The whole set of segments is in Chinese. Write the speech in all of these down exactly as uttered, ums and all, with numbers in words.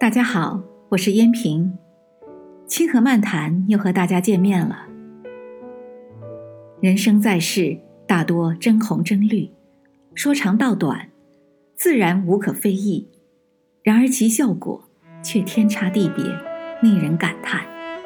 大家好，我是燕平，清河漫谈又和大家见面了。人生在世，大多争红争绿，说长道短，自然无可非议，然而其效果却天差地别，令人感叹。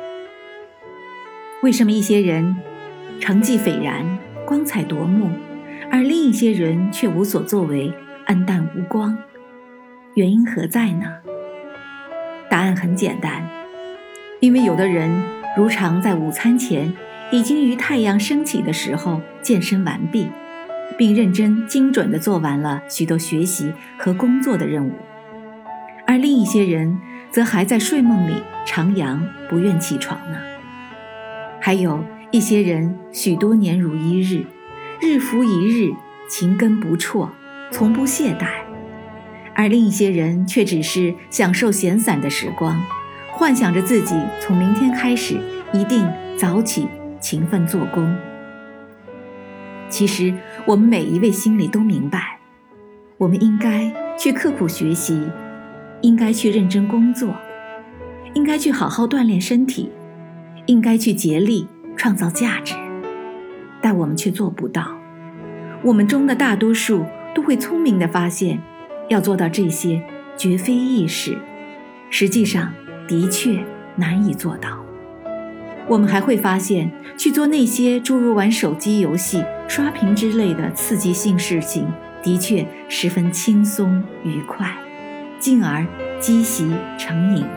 为什么一些人成绩斐然，光彩夺目，而另一些人却无所作为，黯淡无光？原因何在呢？答案很简单，因为有的人如常在午餐前已经于太阳升起的时候健身完毕，并认真精准地做完了许多学习和工作的任务，而另一些人则还在睡梦里徜徉，不愿起床呢。还有一些人许多年如一日，日复一日，勤耕不辍，从不懈怠，而另一些人却只是享受闲散的时光，幻想着自己从明天开始一定早起勤奋做工。其实我们每一位心里都明白，我们应该去刻苦学习，应该去认真工作，应该去好好锻炼身体，应该去竭力创造价值，但我们却做不到。我们中的大多数都会聪明地发现，要做到这些绝非易事，实际上的确难以做到。我们还会发现，去做那些诸如玩手机游戏、刷屏之类的刺激性事情，的确十分轻松愉快，进而积习成瘾。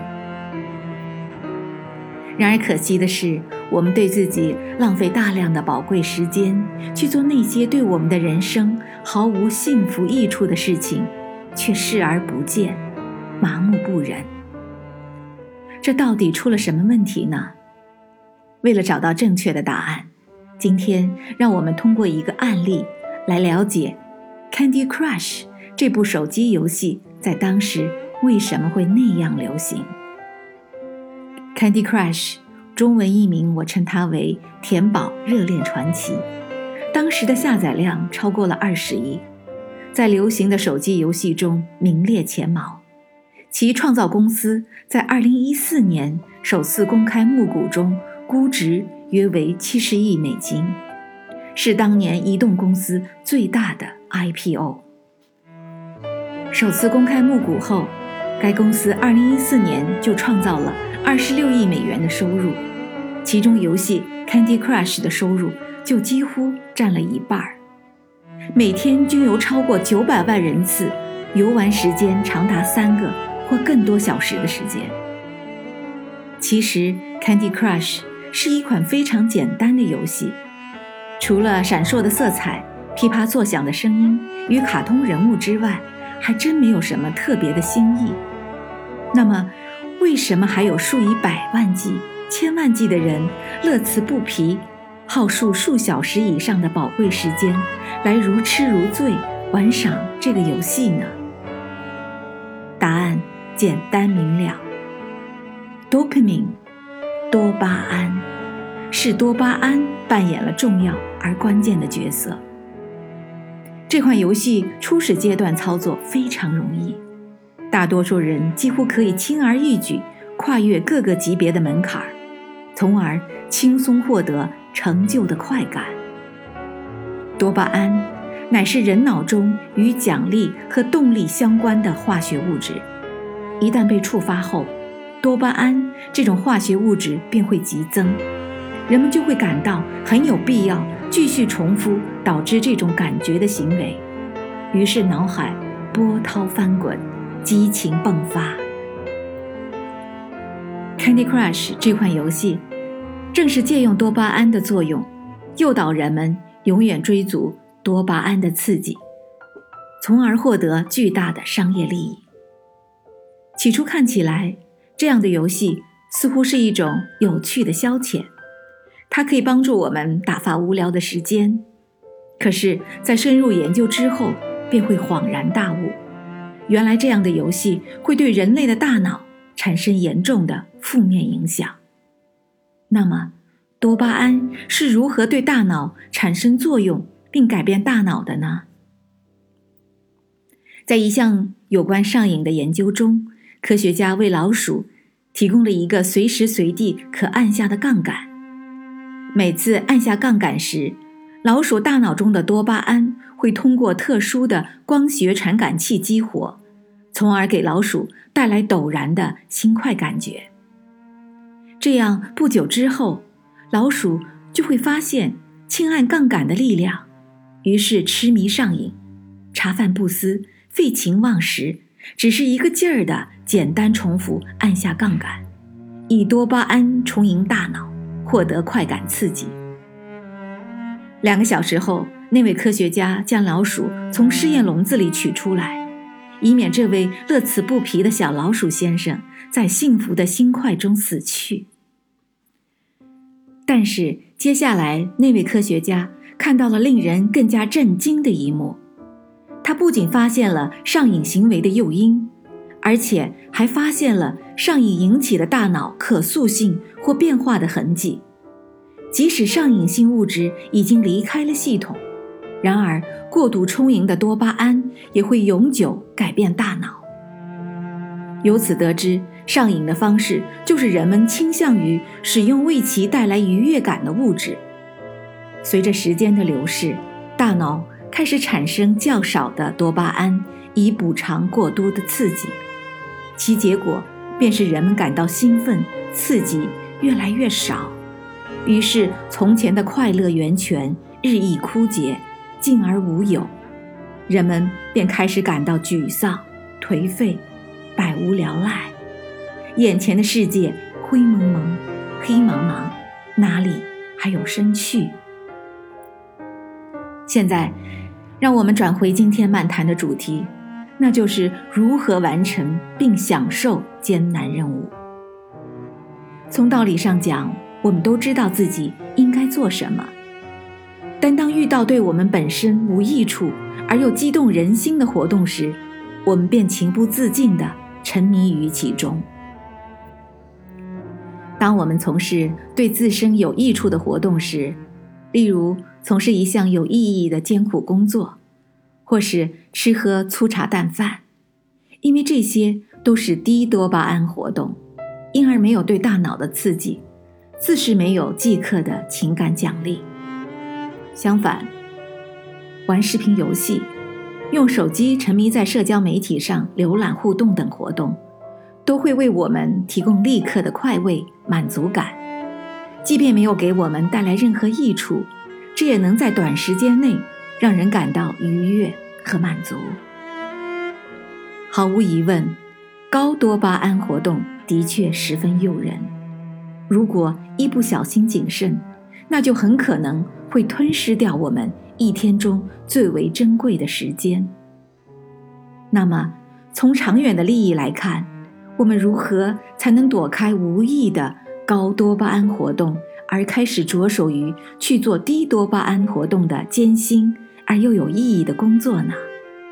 然而可惜的是，我们对自己浪费大量的宝贵时间，去做那些对我们的人生毫无幸福益处的事情，却视而不见，麻木不仁。这到底出了什么问题呢？为了找到正确的答案，今天让我们通过一个案例来了解 Candy Crush 这部手机游戏在当时为什么会那样流行。Candy Crush 中文译名我称它为甜宝热恋传奇，当时的下载量超过了二十亿，在流行的手机游戏中名列前茅。其创造公司在二零一四年首次公开募股中估值约为七十亿美金，是当年移动公司最大的 I P O。 首次公开募股后，该公司二零一四年就创造了二十六亿美元的收入，其中游戏 Candy Crush 的收入就几乎占了一半，每天均有超过九百万人次游玩时间长达三个或更多小时的时间。其实 Candy Crush 是一款非常简单的游戏，除了闪烁的色彩、噼啪作响的声音与卡通人物之外，还真没有什么特别的新意。那么为什么还有数以百万计、千万计的人乐此不疲，耗数数小时以上的宝贵时间来如痴如醉玩赏这个游戏呢？答案简单明了， Dopamine 多巴胺，是多巴胺扮演了重要而关键的角色。这款游戏初始阶段操作非常容易，大多数人几乎可以轻而易举跨越各个级别的门槛，从而轻松获得成就的快感。多巴胺乃是人脑中与奖励和动力相关的化学物质，一旦被触发后，多巴胺这种化学物质便会激增，人们就会感到很有必要继续重复导致这种感觉的行为，于是脑海波涛翻滚，激情迸发。 Candy Crush 这款游戏正是借用多巴胺的作用，诱导人们永远追逐多巴胺的刺激，从而获得巨大的商业利益。起初看起来，这样的游戏似乎是一种有趣的消遣，它可以帮助我们打发无聊的时间。可是在深入研究之后，便会恍然大悟，原来这样的游戏会对人类的大脑产生严重的负面影响。那么多巴胺是如何对大脑产生作用并改变大脑的呢？在一项有关上瘾的研究中， 科学家为老鼠提供了一个随时随地可按下的杠杆。每次按下杠杆时，老鼠大脑中的多巴胺会通过特殊的光学传感器激活，从而给老鼠带来陡然的轻快感觉。这样不久之后，老鼠就会发现轻按杠杆的力量，于是痴迷上瘾，茶饭不思，废寝忘食，只是一个劲儿的简单重复按下杠杆，以多巴胺充盈大脑，获得快感刺激。两个小时后，那位科学家将老鼠从试验笼子里取出来，以免这位乐此不疲的小老鼠先生在幸福的轻快中死去。但是接下来，那位科学家看到了令人更加震惊的一幕。他不仅发现了上瘾行为的诱因，而且还发现了上瘾引起的大脑可塑性或变化的痕迹。即使上瘾性物质已经离开了系统，然而过度充盈的多巴胺也会永久改变大脑。由此得知，上瘾的方式就是人们倾向于使用为其带来愉悦感的物质。随着时间的流逝，大脑开始产生较少的多巴胺，以补偿过多的刺激，其结果便是人们感到兴奋，刺激越来越少，于是从前的快乐源泉日益枯竭，进而无有，人们便开始感到沮丧、颓废、百无聊赖，眼前的世界灰蒙蒙、黑茫茫，哪里还有生趣？现在让我们转回今天漫谈的主题，那就是如何完成并享受艰难任务。从道理上讲，我们都知道自己应该做什么，但当遇到对我们本身无益处而又激动人心的活动时，我们便情不自禁地沉迷于其中。当我们从事对自身有益处的活动时，例如从事一项有意义的艰苦工作，或是吃喝粗茶淡饭，因为这些都是低多巴胺活动，因而没有对大脑的刺激，自是没有即刻的情感奖励。相反，玩视频游戏、用手机沉迷在社交媒体上浏览互动等活动，都会为我们提供立刻的快慰、满足感。即便没有给我们带来任何益处，这也能在短时间内让人感到愉悦和满足。毫无疑问，高多巴胺活动的确十分诱人，如果一不小心谨慎，那就很可能会吞噬掉我们一天中最为珍贵的时间。那么，从长远的利益来看，我们如何才能躲开无益的高多巴胺活动，而开始着手于去做低多巴胺活动的艰辛而又有意义的工作呢？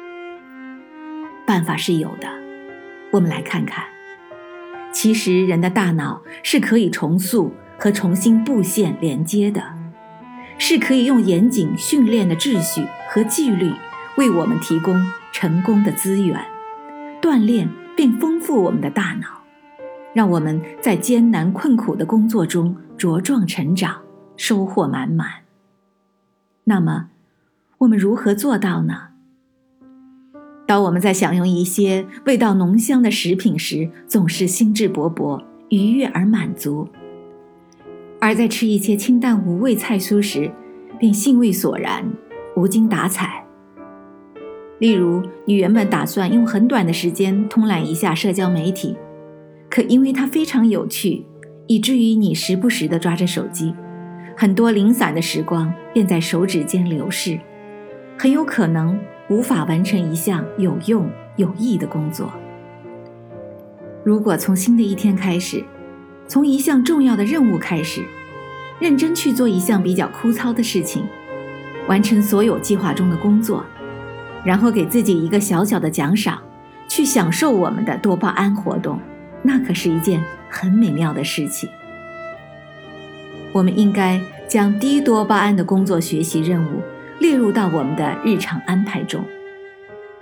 办法是有的，我们来看看。其实人的大脑是可以重塑和重新布线连接的，是可以用严谨训练的秩序和纪律为我们提供成功的资源，锻炼并丰富我们的大脑，让我们在艰难困苦的工作中茁壮成长，收获满满。那么，我们如何做到呢？当我们在享用一些味道浓香的食品时，总是兴致勃勃、愉悦而满足；而在吃一些清淡无味菜蔬时，便兴味索然、无精打采。例如，你原本打算用很短的时间通览一下社交媒体，可因为它非常有趣，以至于你时不时地抓着手机，很多零散的时光便在手指间流逝，很有可能无法完成一项有用有益的工作。如果从新的一天开始，从一项重要的任务开始，认真去做一项比较枯燥的事情，完成所有计划中的工作，然后给自己一个小小的奖赏，去享受我们的多巴胺活动，那可是一件很美妙的事情。我们应该将低多巴胺的工作学习任务列入到我们的日常安排中。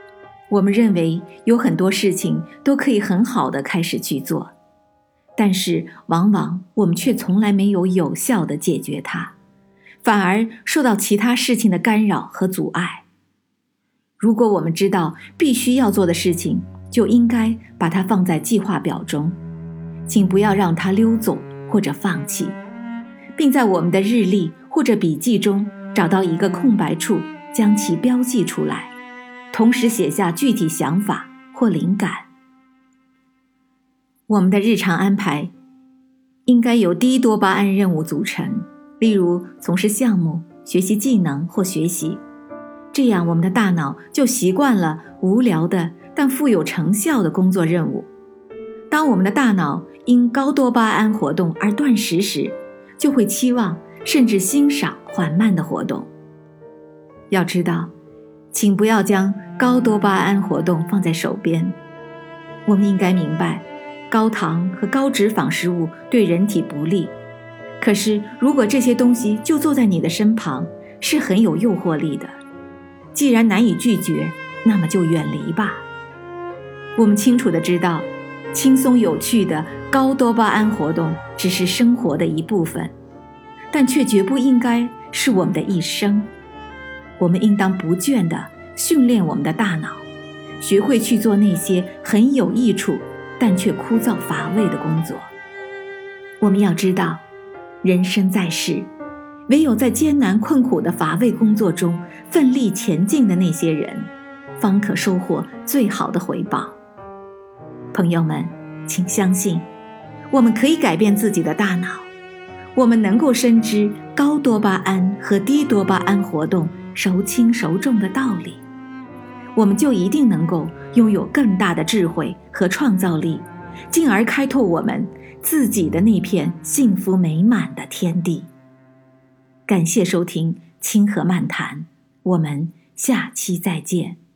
我们认为有很多事情都可以很好的开始去做，但是往往我们却从来没有有效的解决它，反而受到其他事情的干扰和阻碍。如果我们知道必须要做的事情，就应该把它放在计划表中，请不要让它溜走或者放弃，并在我们的日历或者笔记中找到一个空白处，将其标记出来，同时写下具体想法或灵感。我们的日常安排应该由低多巴胺任务组成，例如从事项目、学习技能或学习，这样我们的大脑就习惯了无聊的但富有成效的工作任务。当我们的大脑因高多巴胺活动而断食时，就会期望甚至欣赏缓慢的活动。要知道，请不要将高多巴胺活动放在手边。我们应该明白，高糖和高脂肪食物对人体不利，可是如果这些东西就坐在你的身旁，是很有诱惑力的。既然难以拒绝，那么就远离吧。我们清楚地知道，轻松有趣的高多巴胺活动只是生活的一部分，但却绝不应该是我们的一生。我们应当不倦地训练我们的大脑，学会去做那些很有益处但却枯燥乏味的工作。我们要知道，人生在世，唯有在艰难困苦的乏味工作中奋力前进的那些人，方可收获最好的回报。朋友们，请相信，我们可以改变自己的大脑，我们能够深知高多巴胺和低多巴胺活动孰轻孰重的道理，我们就一定能够拥有更大的智慧和创造力，进而开拓我们自己的那片幸福美满的天地。感谢收听清河漫谈，我们下期再见。